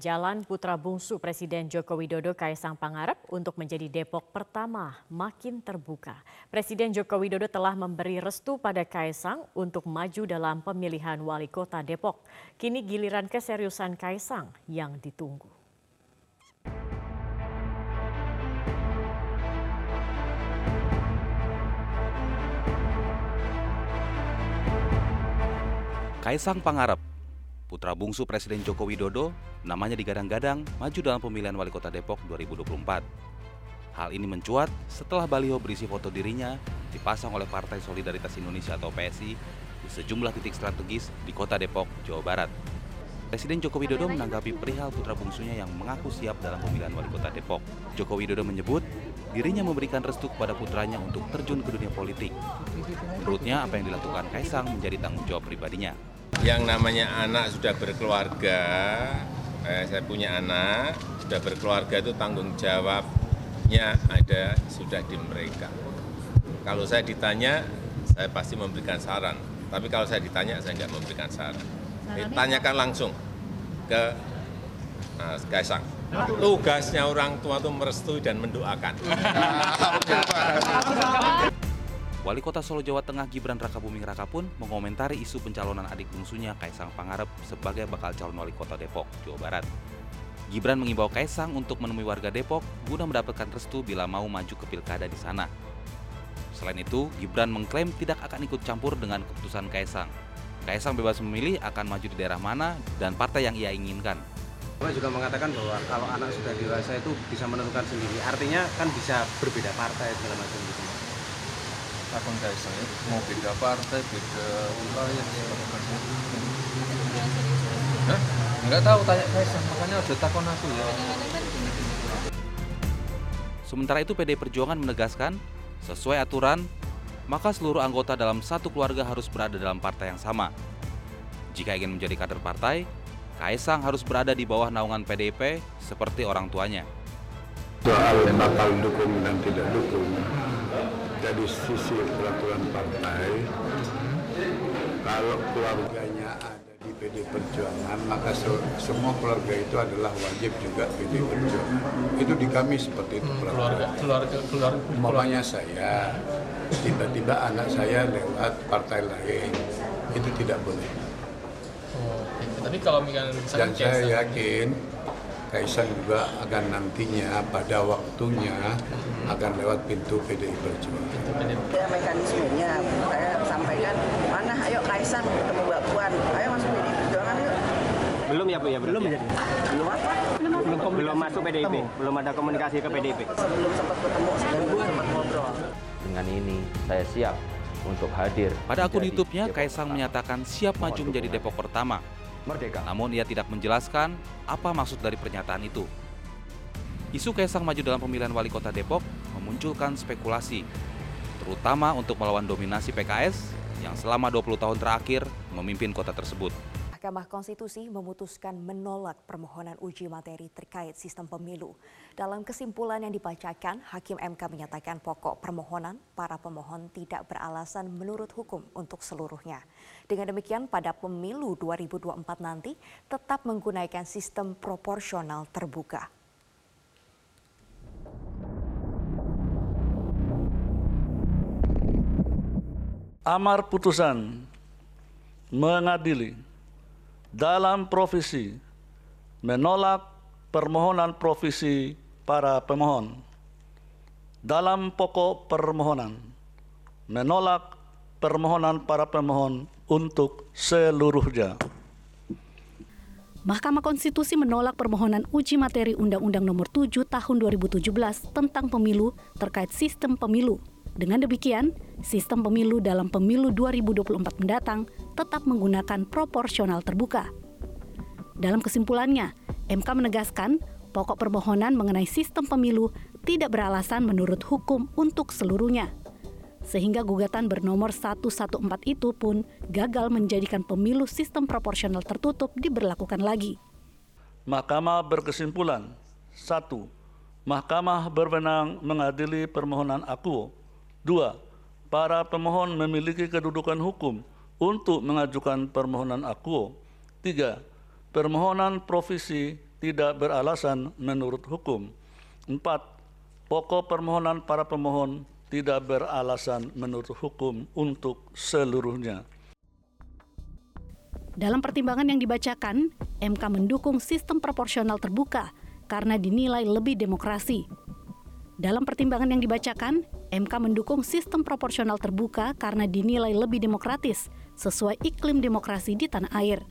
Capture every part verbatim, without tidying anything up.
jalan putra bungsu Presiden Joko Widodo Kaisang Pangarep untuk menjadi Depok pertama makin terbuka. Presiden Joko Widodo telah memberi restu pada Kaisang untuk maju dalam pemilihan wali kota Depok. Kini giliran keseriusan Kaisang yang ditunggu. Kaisang Pangarep, putra bungsu Presiden Joko Widodo, namanya digadang-gadang maju dalam pemilihan wali kota Depok dua ribu dua puluh empat. Hal ini mencuat setelah baliho berisi foto dirinya dipasang oleh Partai Solidaritas Indonesia atau P S I di sejumlah titik strategis di kota Depok, Jawa Barat. Presiden Joko Widodo menanggapi perihal putra bungsunya yang mengaku siap dalam pemilihan wali kota Depok. Joko Widodo menyebut dirinya memberikan restu kepada putranya untuk terjun ke dunia politik. Menurutnya apa yang dilakukan Kaisang menjadi tanggung jawab pribadinya. Yang namanya anak sudah berkeluarga, eh, saya punya anak, sudah berkeluarga itu tanggung jawabnya ada sudah di mereka. Kalau saya ditanya, saya pasti memberikan saran. Tapi kalau saya ditanya, saya tidak memberikan saran. Ditanyakan langsung ke uh, Kaisang. Tugasnya orang tua itu merestui dan mendoakan. Wali Kota Solo Jawa Tengah Gibran Rakabuming Raka pun mengomentari isu pencalonan adik bungsunya Kaisang Pangarep sebagai bakal calon wali kota Depok, Jawa Barat. Gibran mengimbau Kaisang untuk menemui warga Depok guna mendapatkan restu bila mau maju ke pilkada di sana. Selain itu, Gibran mengklaim tidak akan ikut campur dengan keputusan Kaisang. Kaisang bebas memilih akan maju di daerah mana dan partai yang ia inginkan. Bapak juga mengatakan bahwa kalau anak sudah dewasa itu bisa menentukan sendiri. Artinya kan bisa berbeda partai segala macam gitu. Akun Kaisang ya, mau beda partai, beda wilayah, Hah? Nggak tahu, tanya Kaisang, makanya udah takon aku ya. Sementara itu P D I Perjuangan menegaskan, sesuai aturan, maka seluruh anggota dalam satu keluarga harus berada dalam partai yang sama. Jika ingin menjadi kader partai, Kaisang harus berada di bawah naungan P D I P seperti orang tuanya. Soal bakal dukung dan tidak dukung, dari sisi peraturan partai, kalau keluarganya ada di P D I Perjuangan, maka se- semua keluarga itu adalah wajib juga P D I Perjuangan. Itu di kami seperti itu peraturan. Keluarga, keluarga, Umpamanya saya, tiba-tiba anak saya lewat partai lain, itu tidak boleh. Oh, tapi kalau misalkan Dan saya yakin Kaisang juga akan nantinya pada waktunya akan lewat pintu P D I Perjuangan. Ya, mekanismenya saya sampaikan, mana ayo Kaisang ketemu Mbak Puan, ayo masuk P D I Perjuangan yuk. Belum ya Bu ya? Belum ya? Belum apa? Belum, belum masuk P D I P? Belum ada komunikasi ke P D I P? Belum sempat ketemu, belum sempat ngobrol. Dengan ini saya siap untuk hadir. Pada akun YouTube-nya, Kaisang menyatakan siap maju menjadi Depok pertama. Merdeka. Namun ia tidak menjelaskan apa maksud dari pernyataan itu. Isu Kaisang maju dalam pemilihan wali kota Depok memunculkan spekulasi, terutama untuk melawan dominasi P K S yang selama dua puluh tahun terakhir memimpin kota tersebut. Mahkamah Konstitusi memutuskan menolak permohonan uji materi terkait sistem pemilu. Dalam kesimpulan yang dibacakan, Hakim M K menyatakan pokok permohonan para pemohon tidak beralasan menurut hukum untuk seluruhnya. Dengan demikian, pada pemilu dua ribu dua puluh empat nanti tetap menggunakan sistem proporsional terbuka. Amar putusan mengadili dalam provisi menolak permohonan provisi para pemohon. Dalam pokok permohonan menolak permohonan para pemohon untuk seluruhnya. Mahkamah Konstitusi menolak permohonan uji materi Undang-Undang Nomor tujuh Tahun dua ribu tujuh belas tentang pemilu terkait sistem pemilu. Dengan demikian, sistem pemilu dalam pemilu dua ribu dua puluh empat mendatang tetap menggunakan proporsional terbuka. Dalam kesimpulannya, M K menegaskan pokok permohonan mengenai sistem pemilu tidak beralasan menurut hukum untuk seluruhnya. Sehingga gugatan bernomor seratus empat belas itu pun gagal menjadikan pemilu sistem proporsional tertutup diberlakukan lagi. Mahkamah berkesimpulan, satu. Mahkamah berwenang mengadili permohonan akuo. Dua. Para pemohon memiliki kedudukan hukum untuk mengajukan permohonan akuo. Tiga. Permohonan provisi tidak beralasan menurut hukum. Empat, pokok permohonan para pemohon tidak beralasan menurut hukum untuk seluruhnya. Dalam pertimbangan yang dibacakan, M K mendukung sistem proporsional terbuka karena dinilai lebih demokrasi. Dalam pertimbangan yang dibacakan, M K mendukung sistem proporsional terbuka karena dinilai lebih demokratis sesuai iklim demokrasi di tanah air.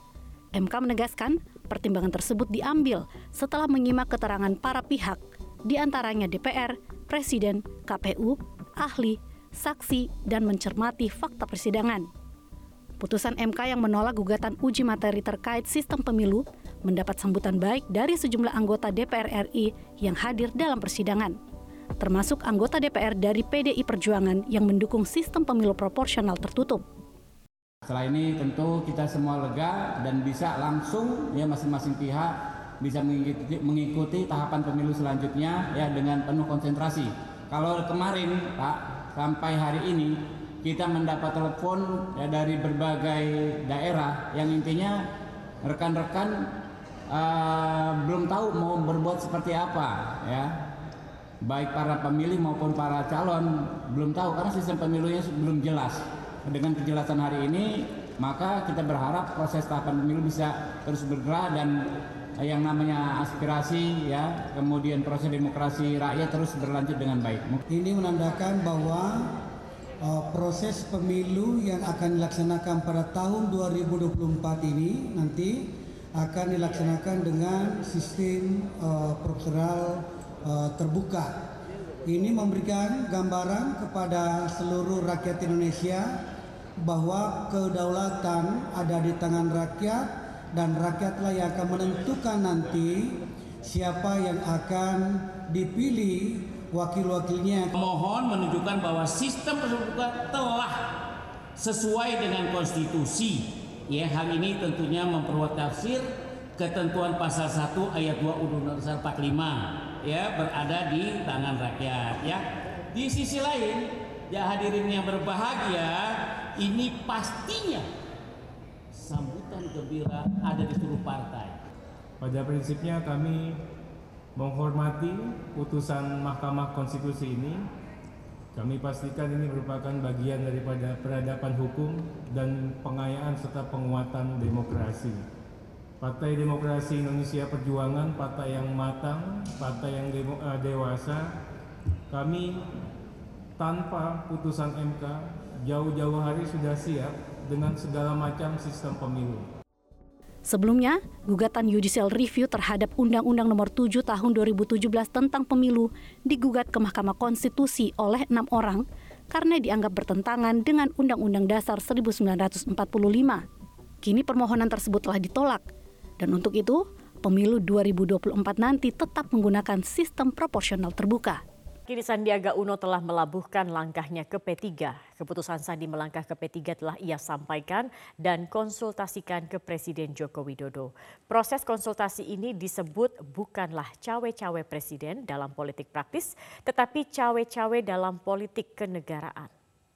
M K menegaskan pertimbangan tersebut diambil setelah menyimak keterangan para pihak, di antaranya D P R, Presiden, K P U, ahli, saksi, dan mencermati fakta persidangan. Putusan M K yang menolak gugatan uji materi terkait sistem pemilu mendapat sambutan baik dari sejumlah anggota D P R R I yang hadir dalam persidangan, termasuk anggota D P R dari P D I Perjuangan yang mendukung sistem pemilu proporsional tertutup. Setelah ini tentu kita semua lega dan bisa langsung ya masing-masing pihak bisa mengikuti, mengikuti tahapan pemilu selanjutnya ya dengan penuh konsentrasi. Kalau kemarin Pak sampai hari ini kita mendapat telepon ya dari berbagai daerah yang intinya rekan-rekan uh, belum tahu mau berbuat seperti apa ya. Baik para pemilih maupun para calon belum tahu karena sistem pemilunya belum jelas. Dengan kejelasan hari ini maka kita berharap proses tahapan pemilu bisa terus bergerak dan yang namanya aspirasi ya kemudian proses demokrasi rakyat terus berlanjut dengan baik. Ini menandakan bahwa Uh, proses pemilu yang akan dilaksanakan pada tahun dua ribu dua puluh empat ini nanti akan dilaksanakan dengan sistem uh, proporsional uh, terbuka. Ini memberikan gambaran kepada seluruh rakyat Indonesia bahwa kedaulatan ada di tangan rakyat dan rakyatlah yang akan menentukan nanti siapa yang akan dipilih wakil-wakilnya. Mohon menunjukkan bahwa sistem terbuka telah sesuai dengan konstitusi. Ya, hal ini tentunya memperkuat tafsir ketentuan pasal satu ayat dua Undang-Undang Dasar empat puluh lima ya berada di tangan rakyat ya. Di sisi lain, ya hadirin yang berbahagia, ini pastinya sambutan gembira ada di seluruh partai. Pada prinsipnya kami menghormati putusan Mahkamah Konstitusi ini. Kami pastikan ini merupakan bagian daripada peradaban hukum dan pengayaan serta penguatan demokrasi. Partai Demokrasi Indonesia Perjuangan, partai yang matang, partai yang dewasa. Kami tanpa putusan M K jauh-jauh hari sudah siap dengan segala macam sistem pemilu. Sebelumnya, gugatan judicial review terhadap Undang-Undang Nomor tujuh Tahun dua ribu tujuh belas tentang pemilu digugat ke Mahkamah Konstitusi oleh enam orang karena dianggap bertentangan dengan Undang-Undang Dasar seribu sembilan ratus empat puluh lima. Kini permohonan tersebut telah ditolak, dan untuk itu, pemilu dua ribu dua puluh empat nanti tetap menggunakan sistem proporsional terbuka. Kini Sandiaga Uno telah melabuhkan langkahnya ke P tiga. Keputusan Sandi melangkah ke P tiga telah ia sampaikan dan konsultasikan ke Presiden Joko Widodo. Proses konsultasi ini disebut bukanlah cawe-cawe presiden dalam politik praktis, tetapi cawe-cawe dalam politik kenegaraan.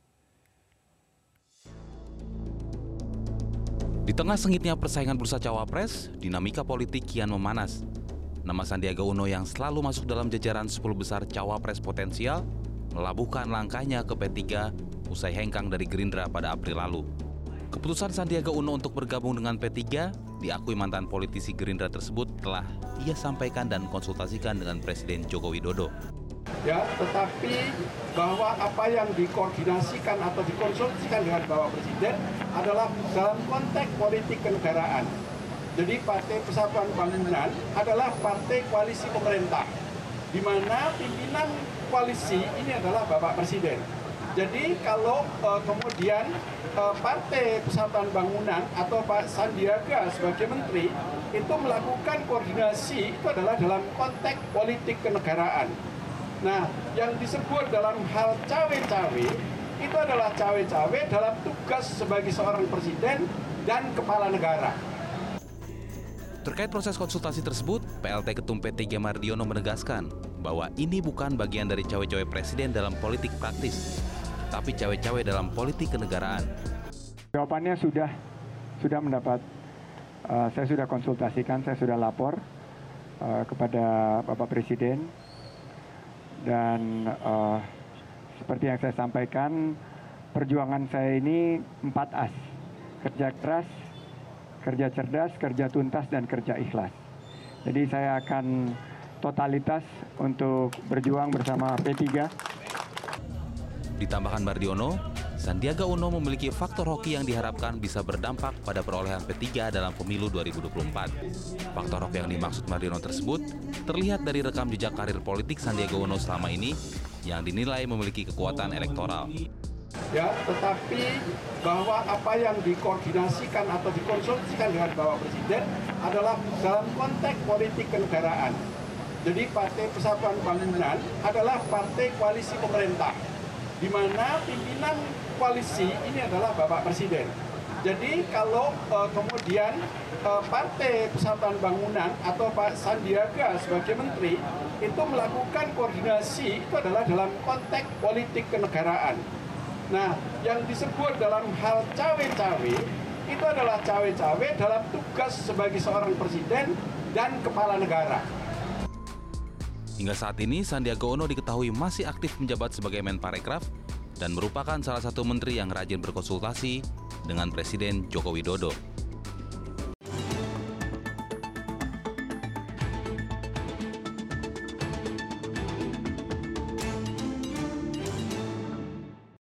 Di tengah sengitnya persaingan bursa cawapres, dinamika politik kian memanas. Nama Sandiaga Uno yang selalu masuk dalam jajaran sepuluh besar cawapres potensial melabuhkan langkahnya ke P tiga usai hengkang dari Gerindra pada April lalu. Keputusan Sandiaga Uno untuk bergabung dengan P tiga diakui mantan politisi Gerindra tersebut telah ia sampaikan dan konsultasikan dengan Presiden Joko Widodo. Ya, tetapi bahwa apa yang dikoordinasikan atau dikonsultasikan dengan Bapak Presiden adalah dalam konteks politik kenegaraan. Jadi Partai Persatuan Bangunan adalah partai koalisi pemerintah, di mana pimpinan koalisi ini adalah Bapak Presiden. Jadi kalau uh, kemudian uh, Partai Persatuan Bangunan atau Pak Sandiaga sebagai menteri itu melakukan koordinasi itu adalah dalam konteks politik kenegaraan. Nah, yang disebut dalam hal cawe-cawe itu adalah cawe-cawe dalam tugas sebagai seorang presiden dan kepala negara. Terkait proses konsultasi tersebut, P L T Ketum P tiga Mardiono menegaskan bahwa ini bukan bagian dari cawe-cawe presiden dalam politik praktis, tapi cawe-cawe dalam politik kenegaraan. Jawabannya sudah sudah mendapat, uh, saya sudah konsultasikan, saya sudah lapor uh, kepada Bapak Presiden. Dan uh, seperti yang saya sampaikan, perjuangan saya ini empat as. Kerja keras, kerja cerdas, kerja tuntas, dan kerja ikhlas. Jadi saya akan totalitas untuk berjuang bersama P tiga. Ditambahkan Mardiono, Sandiaga Uno memiliki faktor hoki yang diharapkan bisa berdampak pada perolehan P tiga dalam pemilu dua ribu dua puluh empat. Faktor hoki yang dimaksud Mardiono tersebut terlihat dari rekam jejak karir politik Sandiaga Uno selama ini yang dinilai memiliki kekuatan elektoral. Ya, tetapi bahwa apa yang dikoordinasikan atau dikonsultasikan dengan Bapak Presiden adalah dalam konteks politik kenegaraan. Jadi Partai Persatuan Bangunan adalah partai koalisi pemerintah, di mana pimpinan koalisi ini adalah Bapak Presiden. Jadi kalau uh, kemudian uh, Partai Persatuan Bangunan atau Pak Sandiaga sebagai menteri itu melakukan koordinasi, itu adalah dalam konteks politik kenegaraan. Nah, yang disebut dalam hal cawe-cawe itu adalah cawe-cawe dalam tugas sebagai seorang presiden dan kepala negara. Hingga saat ini, Sandiaga Uno diketahui masih aktif menjabat sebagai Menparekraf dan merupakan salah satu menteri yang rajin berkonsultasi dengan Presiden Joko Widodo.